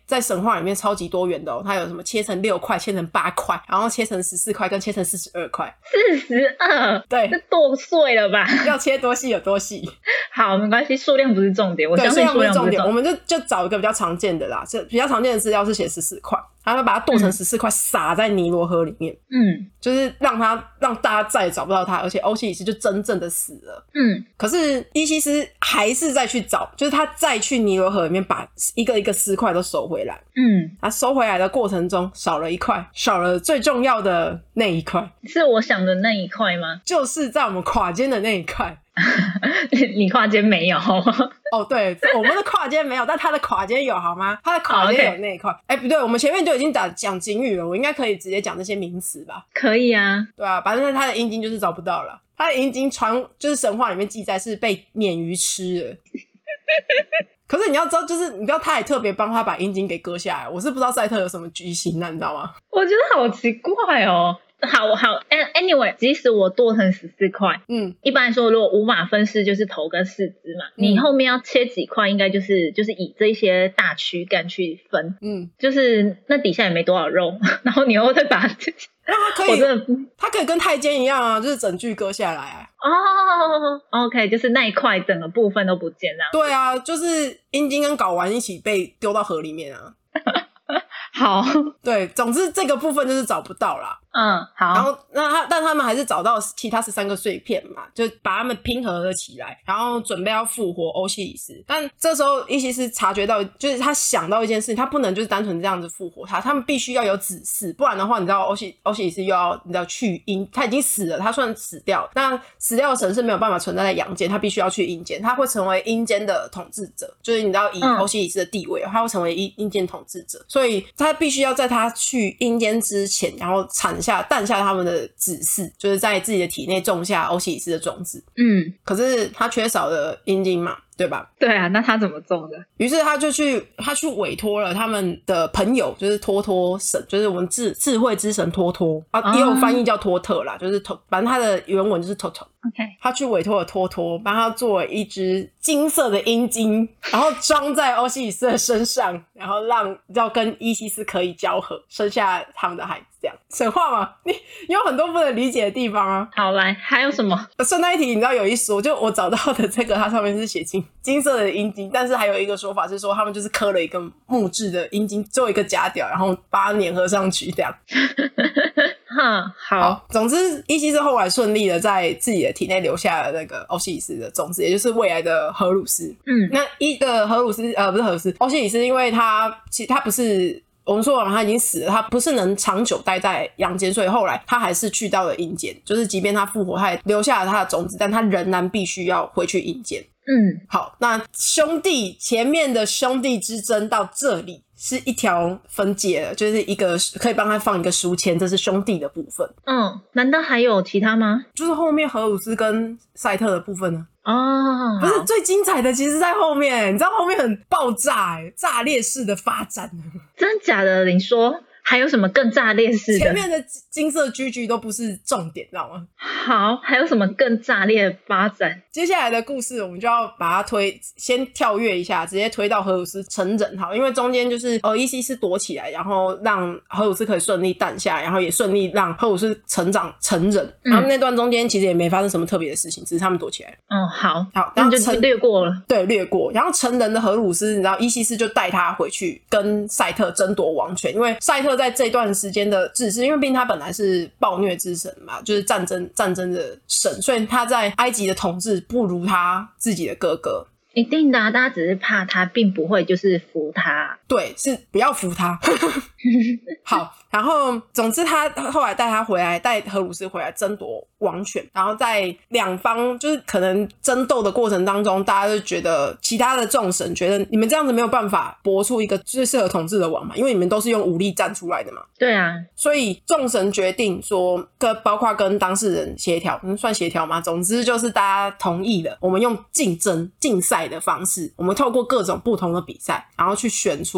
在神话里面超级多元的哦，它有什么切成六块、切成八块，然后切成十四块跟切成四十二块。 四十二， 对， 这剁碎了吧？ 要切多细有多细。 好，没关系，数量不是重点，我相信数量不是重点，我们就就就找一个比较常见的啦，这比较常见的资料是写十四块，然后把它剁成十四块，撒在尼罗河里面， 嗯， 就是让它让大家再也找不到它，而且欧西里斯就真正的死了。 嗯， 可是伊西斯还是再去找，就是他再去尼罗河里面把一个一个尸块都收回来。 嗯， 他收回来的过程中少了一块，少了最重要的那一块， 是我想的那一块吗？ 就是在我们胯间的那一块。 你胯间没有哦，对，我们的胯间没有，但他的胯间有好吗？他的胯间有那一块。哎、oh, okay. 不对，我们前面就已经讲讲警语了，我应该可以直接讲这些名词吧？ 可以啊， 对啊，反正他的阴茎就是找不到了，他的阴茎传就是神话里面记载是被鲶鱼吃了。可是你要知道，就是你知道他也特别帮他把阴茎给割下来，我是不知道赛特有什么居心啊，你知道吗？ 我觉得好奇怪哦。好好 ，anyway， 即使我剁成十四块，嗯，一般来说，如果五马分尸就是头跟四肢嘛，嗯、你后面要切几块，应该就是就是以这些大躯干去分，嗯，就是那底下也没多少肉，然后你又再把， 那他可以，他可以跟太监一样啊，就是整具割下来啊。 哦、oh, ，OK， 就是那一块整个部分都不见了。 对啊，就是阴茎跟睾丸一起被丢到河里面啊。 好， 对，总之这个部分就是找不到啦。 嗯，好。 然后那他但他们还是找到其他十三个碎片嘛，就把他们拼合了起来，然后准备要复活欧西里斯。但这时候伊西斯察觉到，就是他想到一件事情，他不能就是单纯这样子复活他，他们必须要有子嗣，不然的话，你知道欧西欧西里斯又要你知道去阴，他已经死了，他算死掉了。那死掉的神是没有办法存在在阳间，他必须要去阴间，他会成为阴间的统治者，就是你知道以欧西里斯的地位，嗯、他会成为阴阴间统治者，所以他必须要在他去阴间之前，然后产下诞下他们的子嗣，就是在自己的体内种下欧西里斯的种子。嗯，可是他缺少了阴茎嘛，对吧？ 对啊，那他怎么种的？ 于是他就去，他去委托了他们的朋友，就是托托神，就是我们智智慧之神托托啊，也有翻译叫托特啦，就是托，反正他的原文就是托托。 OK， 他去委托了托托，帮他做了一只金色的阴茎，然后装在欧西里斯的身上，然后让要跟伊西斯可以交合，生下他们的孩子。这样神话嘛，你你有很多不能理解的地方啊。 好，来，还有什么？ 顺带一提，你知道有一说，就我找到的这个，它上面是写金金色的阴茎，但是还有一个说法是说，他们就是刻了一个木质的阴茎，做一个假屌，然后把它粘合上去，这样。 哼，好, 好。总之，伊西斯后来顺利的在自己的体内留下了那个欧西里斯的种子，也就是未来的荷鲁斯。嗯，那一个荷鲁斯，呃，不是荷鲁斯，欧西里斯，因为他其实他不是。我们说了他已经死了，他不是能长久待在阳间，所以后来他还是去到了阴间，就是即便他复活，他也留下了他的种子，但他仍然必须要回去阴间。嗯，好，那兄弟前面的兄弟之争到这里是一条分界了，就是一个可以帮他放一个书签，这是兄弟的部分。 嗯，难道还有其他吗？ 就是后面荷鲁斯跟赛特的部分呢？ 哦， 不是最精彩的，其实在后面，你知道后面很爆炸、欸，炸裂式的发展。 真的假的？你说还有什么更炸裂式的？ 前面的金色居居都不是重点，知道吗？ 好，还有什么更炸裂的发展？ 接下来的故事我们就要把它推，先跳跃一下，直接推到荷鲁斯成人。好，因为中间就是呃伊西斯躲起来，然后让荷鲁斯可以顺利诞下，然后也顺利让荷鲁斯成长成人。嗯、他们那段中间其实也没发生什么特别的事情，只是他们躲起来。 嗯，好， 好， 那就略过了。 对，略过。然后成人的荷鲁斯，你知道伊西斯就带他回去跟赛特争夺王权，因为赛特在这段时间的治世，因为毕竟他本来是暴虐之神嘛，就是战争战争的神，所以他在埃及的统治不如他自己的哥哥。 一定的啊，大家只是怕他并不会就是服他。 对，是不要服他。好，然后总之他后来带他回来，带荷鲁斯回来争夺王权，然后在两方就是可能争斗的过程当中，大家就觉得其他的众神觉得你们这样子没有办法搏出一个最适合统治的王嘛，因为你们都是用武力战出来的嘛。 对啊， 所以众神决定说，跟包括跟当事人协调，嗯，算协调吗？总之就是大家同意了，我们用竞争竞赛的方式，我们透过各种不同的比赛，然后去选出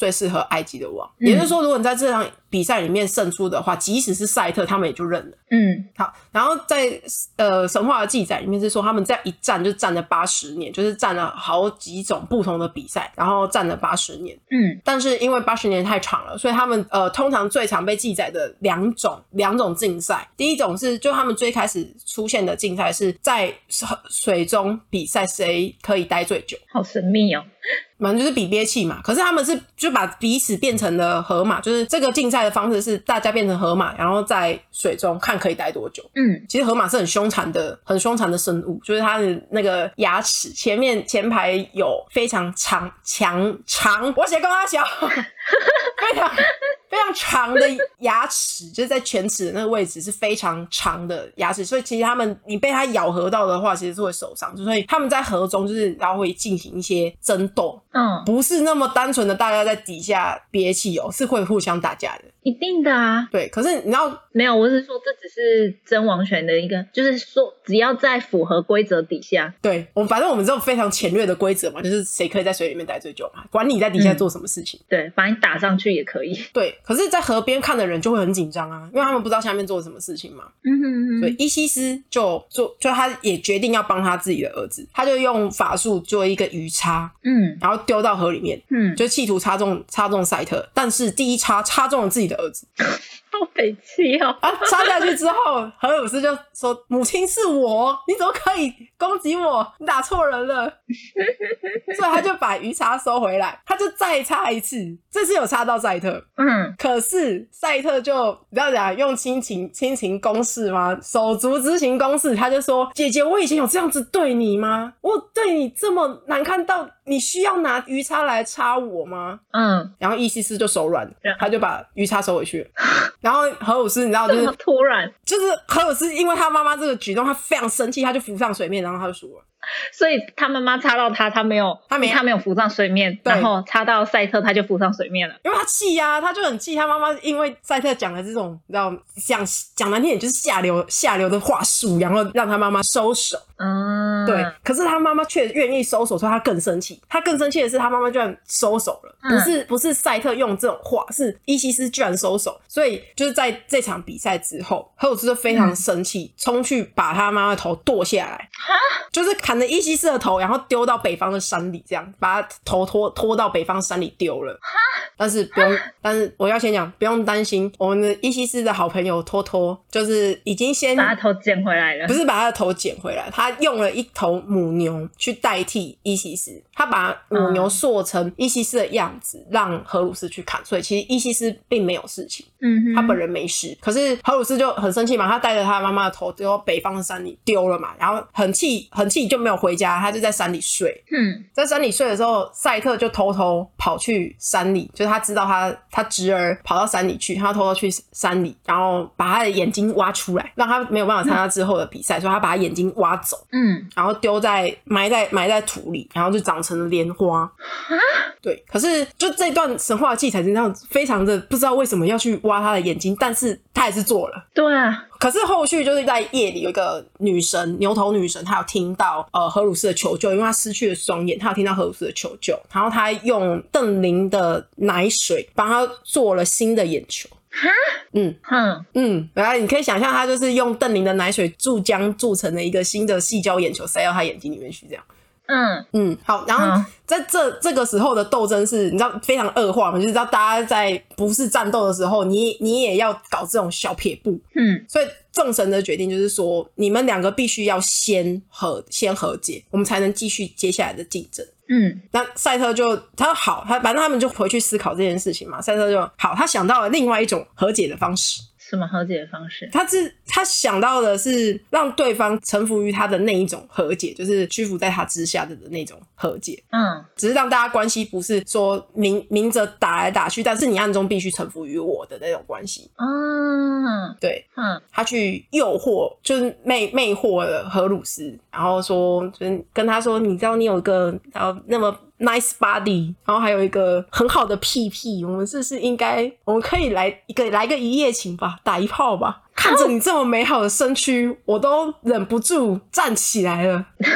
最适合埃及的王。嗯、也就是说，如果你在这场比赛里面胜出的话，即使是赛特，他们也就认了。 嗯， 好，然后在呃神话的记载里面是说，他们这样一战就战了八十年，就是战了好几种不同的比赛，然后战了八十年。 嗯， 但是因为八十年太长了，所以他们呃通常最常被记载的两种两种竞赛，第一种是就他们最开始出现的竞赛是在水中比赛谁可以待最久， 好神秘哦。 反正就是比憋气嘛，可是他们是就把彼此变成了河马，就是这个竞赛的方式是大家变成河马，然后在水中看可以待多久。 嗯， 其实河马是很凶残的很凶残的生物，就是它的那个牙齿前面前排有非常长强长我写跟他小非常非常长的牙齿，就是在犬齿的那个位置是非常长的牙齿，所以其实他们你被它咬合到的话其实是会受伤，所以他们在河中就是然后会进行一些争斗。 嗯， 不是那么单纯的大家在底下憋气哦，是会互相打架的。 一定的啊。 对，可是你知道没有，我是说这只是争王权的一个，就是说只要在符合规则底下。 对，我们反正我们这种非常浅略的规则嘛，就是谁可以在水里面待最久嘛，管你在底下做什么事情。 嗯、对，把你打上去也可以。 对，可是在河边看的人就会很紧张啊，因为他们不知道下面做了什么事情嘛。 嗯哼哼。 所以伊西斯就做，就他也决定要帮他自己的儿子，他就用法术做一个鱼叉， 嗯， 然后丢到河里面， 嗯， 就企图插中插中赛特，但是第一插插中了自己的儿子。 好北气哦！ 啊，插下去之后，荷鲁斯就说：“母亲是我，你怎么可以攻击我？你打错人了。”所以他就把鱼叉收回来，他就再插一次，这次有插到赛特。 嗯， 可是赛特就不要讲用亲情亲情攻势吗？手足之情攻势，他就说：“姐姐，我以前有这样子对你吗？我对你这么难看到你需要拿鱼叉来插我吗？” 嗯， 然后伊西斯就手软，他就把鱼叉收回去了。然后荷鲁斯你知道就是突然就是荷鲁斯因为他妈妈这个举动他非常生气，他就浮上水面，然后他就输了。 所以他妈妈插到他，他没有他没他没有浮上水面，然后插到赛特他就浮上水面了。 因为他气啊，他就很气他妈妈，因为赛特讲了这种你知道讲讲难听点就是下流下流的话术，然后让他妈妈收手。 嗯， 对。可是他妈妈却愿意收手，所以他更生气。他更生气的是他妈妈居然收手了， 嗯、 不是不是赛特用这种话，是伊西斯居然收手。所以就是在这场比赛之后，荷鲁斯就非常生气，冲、嗯、去把他妈妈的头剁下来，就是砍了伊西斯的头，然后丢到北方的山里，这样把他头拖拖到北方山里丢了。但是不用，但是我要先讲，不用担心，我们的伊西斯的好朋友托托，就是已经先把他头捡回来了， 不是把他的头捡回来，他用了一头母牛去代替伊西斯，他把母牛塑成伊西斯的样子，嗯、让荷鲁斯去看，所以其实伊西斯并没有事情， 嗯哼， 他本人没事。可是荷鲁斯就很生气嘛，他带着他妈妈的头丢到北方的山里丢了嘛，然后很气很气就没有回家，他就在山里睡。 嗯，在山里睡的时候，赛特就偷偷跑去山里，就是他知道他他侄儿跑到山里去，他偷偷去山里，然后把他的眼睛挖出来，让他没有办法参加之后的比赛，嗯、所以他把他眼睛挖走， 嗯， 然后丢在埋在埋在土里，然后就长成了莲花。啊，对。可是就这段神话的记载，这样非常的不知道为什么要去挖他的眼睛，但是他还是做了。 对啊。 可是后续就是在夜里有一个女神牛头女神，她有听到呃荷鲁斯的求救，因为她失去了双眼，她有听到荷鲁斯的求救，然后她用邓林的奶水帮他做了新的眼球。 哈， 嗯哼嗯，然后你可以想象，他就是用邓林的奶水注浆铸成了一个新的细胶眼球，塞到他眼睛里面去，这样。 嗯嗯，好，然后在这这个时候的斗争是，你知道非常恶化嘛，就是知道大家在不是战斗的时候，你你也要搞这种小撇步， 嗯， 所以众神的决定就是说，你们两个必须要先和先和解，我们才能继续接下来的竞争。 嗯， 那赛特就他说好，他反正他们就回去思考这件事情嘛。赛特就好，他想到了另外一种和解的方式。 什么和解的方式？ 他是他想到的是让对方臣服于他的那一种和解，就是屈服在他之下的那种和解。 嗯， 只是让大家关系不是说明明着打来打去，但是你暗中必须臣服于我的那种关系。 嗯， 对， 嗯， 他去诱惑，就是魅魅惑了荷鲁斯，然后说，就是跟他说，你知道你有一个然后那么 nice body， 然后还有一个很好的屁屁，我们是不是应该，我们可以来一个来个一夜情吧，打一炮吧。看着你这么美好的身躯，我都忍不住站起来了。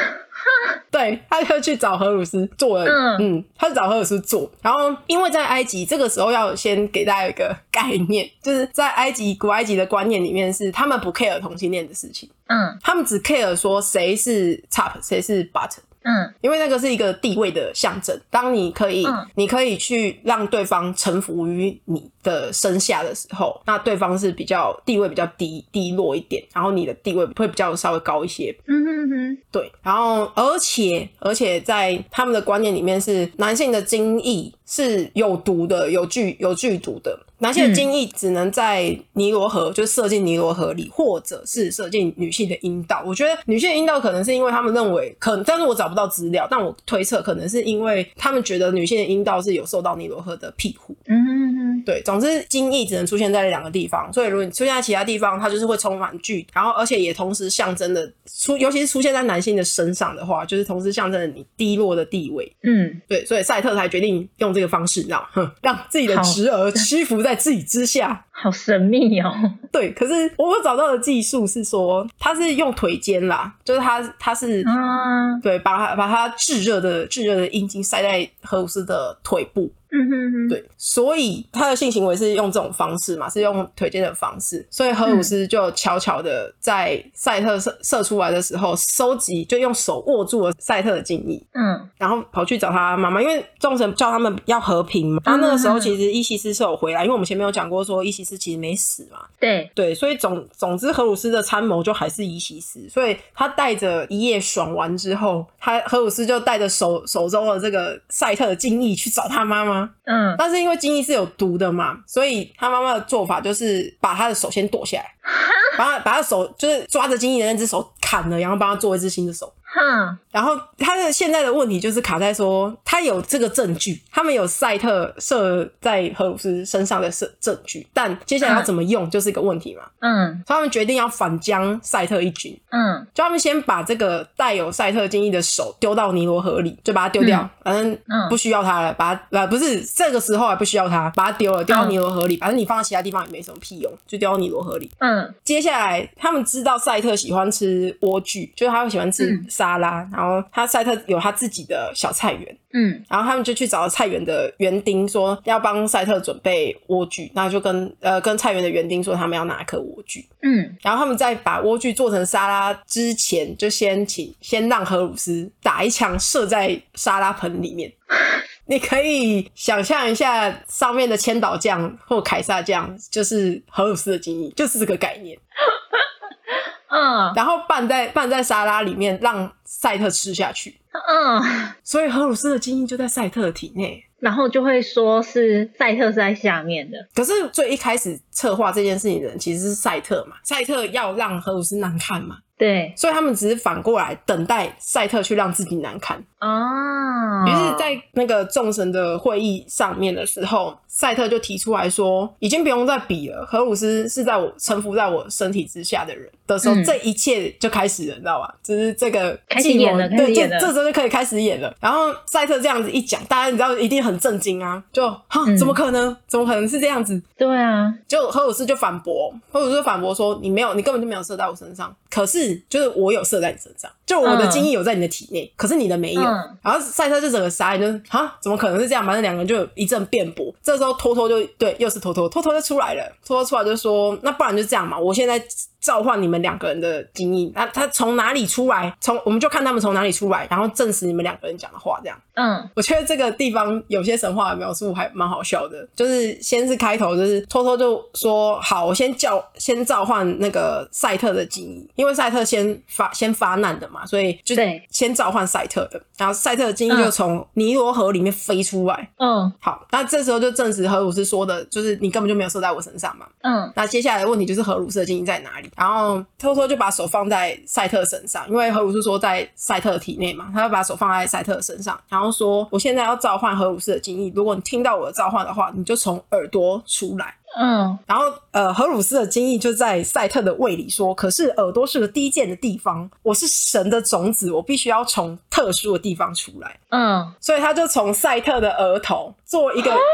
对，他就去找荷鲁斯做了，嗯嗯，他就找荷鲁斯做。然后因为在埃及这个时候要先给大家一个概念，就是在埃及古埃及的观念里面是他们不 care 同性恋的事情，嗯，他们只 care 说谁是 top 谁是 bottom。嗯，因为那个是一个地位的象征，当你可以、嗯、你可以去让对方臣服于你的身下的时候，那对方是比较地位比较低低落一点，然后你的地位会比较稍微高一些。嗯哼哼，对，然后而且而且在他们的观念里面是男性的精液是有毒的，有剧有剧毒的。男性的精液只能在尼罗河，就是射进尼罗河里，或者是射进女性的阴道。我觉得女性的阴道可能是因为他们认为，可能，但是我找不到资料，但我推测可能是因为他们觉得女性的阴道是有受到尼罗河的庇护。嗯哼哼，对，总之精液只能出现在两个地方，所以如果你出现在其他地方，它就是会充满剧，然后而且也同时象征的出，尤其是出现在男性的身上的话，就是同时象征了你低落的地位。嗯，对，所以赛特才决定用这个方式让让自己的侄儿屈服在自己之下。 好神秘哦。 对，可是我找到的技术是说他是用腿间啦，就是他他是、嗯、对把他把他炙热的炙热的阴茎塞在荷鲁斯的腿部。嗯哼哼，对，所以他的性行为是用这种方式嘛，是用腿间的方式，所以荷鲁斯就悄悄的在赛特 射, 射出来的时候收集，就用手握住了赛特的精液，嗯，然后跑去找他妈妈，因为众神叫他们要和平嘛。然后那个时候其实伊西斯是有回来，因为我们前面有讲过说伊西斯其实没死嘛， 对对，所以总总之荷鲁斯的参谋就还是伊西斯，所以他带着一夜爽完之后，他荷鲁斯就带着手手中的这个赛特的精液去找他妈妈。嗯，但是因为精液是有毒的嘛，所以他妈妈的做法就是把他的手先剁下来，把他把他手就是抓着精液的那只手砍了，然后帮他做一只新的手。哼，然后他的现在的问题就是卡在说他有这个证据，他们有赛特射在荷鲁斯身上的证据，但接下来要怎么用就是一个问题嘛。嗯，所以他们决定要反将赛特一军。嗯，就他们先把这个带有赛特精液的手丢到尼罗河里，就把它丢掉，嗯、反正不需要它了，把它呃不是这个时候还不需要它，把它丢了，丢到尼罗河里，反正你放在其他地方也没什么屁用，就丢到尼罗河里。嗯，接下来他们知道赛特喜欢吃莴苣，就是他会喜欢吃沙拉，然后他赛特有他自己的小菜园。嗯，然后他们就去找菜园的园丁说要帮赛特准备莴苣，那就跟呃跟菜园的园丁说他们要拿一颗莴苣。嗯，然后他们在把莴苣做成沙拉之前，就先请先让荷鲁斯打一枪射在沙拉盆里面。你可以想象一下上面的千岛酱或凯撒酱就是荷鲁斯的精液，就是这个概念。嗯，然后拌在拌在沙拉里面让赛特吃下去。嗯，所以荷鲁斯的精液就在赛特的体内， 然后就会说是赛特是在下面的。 可是最一开始策划这件事情的人其实是赛特嘛，赛特要让荷鲁斯难看嘛。 对， 所以他们只是反过来等待赛特去让自己难看。哦，于是在那个众神的会议上面的时候，赛特就提出来说已经不用再比了，荷鲁斯是在我臣服在我身体之下的人的时候、嗯、这一切就开始了，你知道吧？就是这个开始演了， 对，这这时候就可以开始演了。然后赛特这样子一讲，大家你知道一定很震惊啊，就哈、嗯、怎么可能怎么可能是这样子？ 对啊，就荷鲁斯就反驳，荷鲁斯就反驳说你没有，你根本就没有射在我身上，可是就是我有射在你身上，就我的精液有在你的体内、嗯、可是你的没有、嗯、然后赛特就整个傻眼，就是哈怎么可能是这样？反正两个人就有一阵辩驳。这时候托托就对，又是托托托托就出来了，托托出来就说那不然就这样嘛，我现在召唤你们两个人的精液，那他从哪里出来，从我们就看他们从哪里出来，然后证实你们两个人讲的话这样。嗯，我觉得这个地方有些神话的描述还蛮好笑的，就是先是开头就是托托就说好，我先叫先召唤那个赛特的精液，因为赛特先发先发难的嘛，所以就先召唤赛特的，然后赛特的精液就从尼罗河里面飞出来。嗯，好，那这时候就证实荷鲁斯说的就是你根本就没有射在我身上嘛。嗯，那接下来的问题就是荷鲁斯的精液在哪里，然后托托就把手放在赛特身上，因为荷鲁斯说在赛特的体内嘛，他就把手放在赛特身上，然后说我现在要召唤荷鲁斯的精液，如果你听到我的召唤的话，你就从耳朵出来。嗯，然后呃，荷鲁斯的精液就在赛特的胃里说，可是耳朵是个低贱的地方，我是神的种子，我必须要从特殊的地方出来。嗯，所以他就从赛特的额头做一个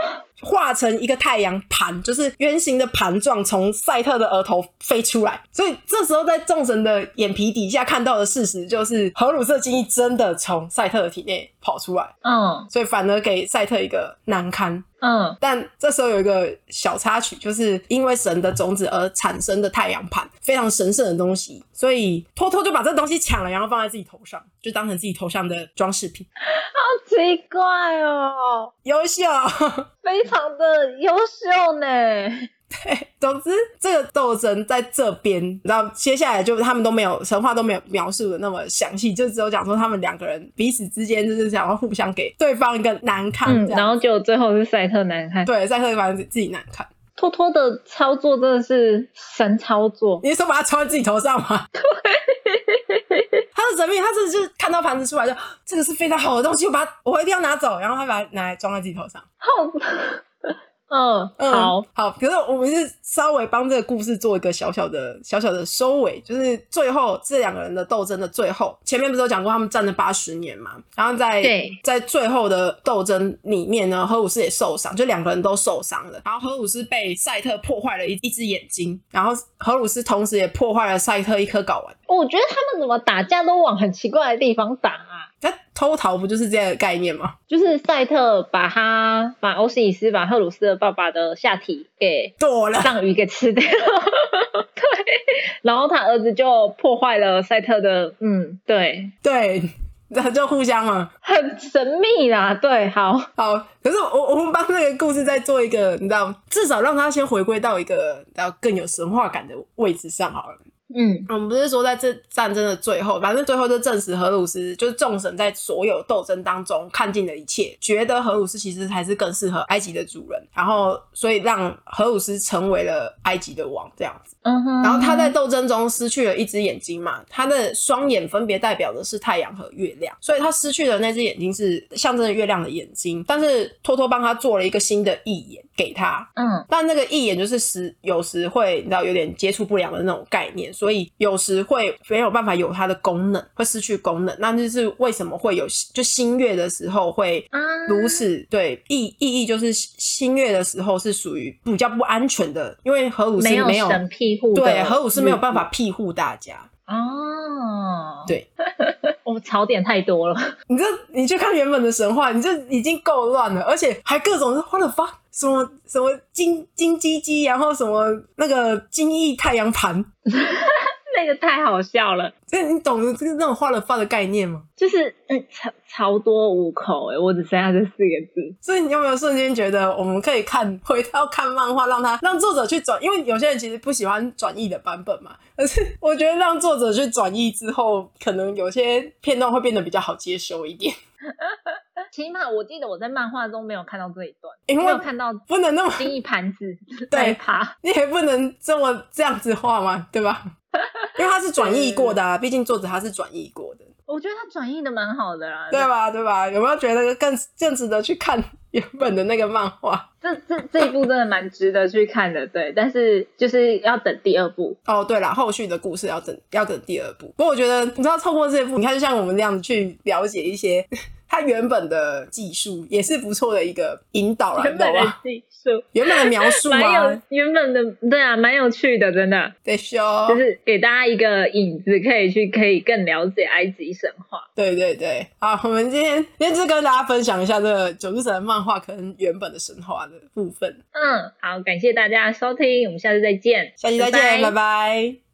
化成一个太阳盘，就是圆形的盘状从赛特的额头飞出来。所以这时候在众神的眼皮底下看到的事实就是荷鲁斯的精液真的从赛特的体内跑出来， 嗯， 所以反而给赛特一个难堪。 嗯， 但这时候有一个小插曲，就是因为神的种子而产生的太阳盘，非常神圣的东西，所以托托就把这东西抢了，然后放在自己头上，就当成自己头上的装饰品。 好奇怪哦， 优秀， 非常的优秀呢。 对，总之这个斗争在这边，然后接下来就他们都没有神话都没有描述的那么详细，就只有讲说他们两个人彼此之间就是想要互相给对方一个难看， 嗯，然后就最后是赛特难看， 对，赛特反正自己难看。 托托的操作真的是神操作， 你是说把它穿在自己头上吗？对，他的神秘，他真的就是看到盘子出来就这个是非常好的东西，我把它我一定要拿走，然后他把它拿来装在自己头上。 好。嗯，好、 嗯、好，可是我们是稍微帮这个故事做一个小小的小小的收尾，就是最后这两个人的斗争的最后，前面不是有讲过他们战了八十年嘛，然后在在最后的斗争里面呢，荷鲁斯也受伤，就两个人都受伤了，然后荷鲁斯被赛特破坏了一一只眼睛，然后荷鲁斯同时也破坏了赛特一颗睾丸。 我觉得他们怎么打架都往很奇怪的地方打啊， 那偷桃不就是这样的概念吗？ 就是赛特把他把欧西里斯把赫鲁斯的爸爸的下体给剁了， 让鱼给吃掉对，然后他儿子就破坏了赛特的嗯对对，就互相嘛， 很神秘啦。对，好好，可是我我们帮这个故事再做一个，你知道，至少让他先回归到一个你知道更有神话感的位置上好了。 嗯， 我们不是说在这战争的最后，反正最后就证实荷鲁斯就是众神在所有斗争当中看尽了一切，觉得荷鲁斯其实还是更适合埃及的主人，然后所以让荷鲁斯成为了埃及的王这样子。 嗯哼， 然后他在斗争中失去了一只眼睛嘛，他的双眼分别代表的是太阳和月亮，所以他失去的那只眼睛是象征着月亮的眼睛，但是托托帮他做了一个新的义眼给他， 嗯， 但那个义眼就是时有时会你知道有点接触不良的那种概念，所以有时会没有办法有它的功能，会失去功能，那就是为什么会有就新月的时候会如此、啊、对意意义就是新月的时候是属于比较不安全的，因为荷鲁斯没有没有神庇护的， 对，荷鲁斯没有办法庇护大家哦， 对我槽点太多了， 你这你去看原本的神话，你这已经够乱了，而且还各种花了发什么什么金金鸡鸡，然后什么那个金翼太阳盘那个太好笑了， 所以你懂得这个那种花了发的概念吗？ 就是嗯，超超多五口诶，我只剩下这四个字。 所以你有没有瞬间觉得我们可以看回到看漫画，让他让作者去转，因为有些人其实不喜欢转译的版本嘛，可是我觉得让作者去转译之后，可能有些片段会变得比较好接收一点。 起码我记得我在漫画中没有看到这一段， 因为没有看到不能那么金翼盘子对爬， 你也不能这么这样子画嘛，对吧？因为他是转译过的啊，毕竟作者他是转译过的。 我觉得他转译的蛮好的啦， 对吧？对吧？有没有觉得更更值得去看原本的那个漫画？ 这这这一部真的蛮值得去看的，对，但是就是要等第二部哦。对啦，后续的故事要等要等第二部。不过我觉得，你知道，透过这一部，你看，就像我们这样子去了解一些它原本的技术，也是不错的一个引导啦。 原本的技术， 原本的描述吗？ 蛮有原本的，对啊，蛮有趣的，真的。 对哦， 就是给大家一个引子，可以去可以更了解埃及神话。 对对对，好，我们今天今天就跟大家分享一下这个九之神的漫画跟原本的神话的部分。 嗯，好，感谢大家的收听，我们下次再见， 下期再见，拜拜。拜拜。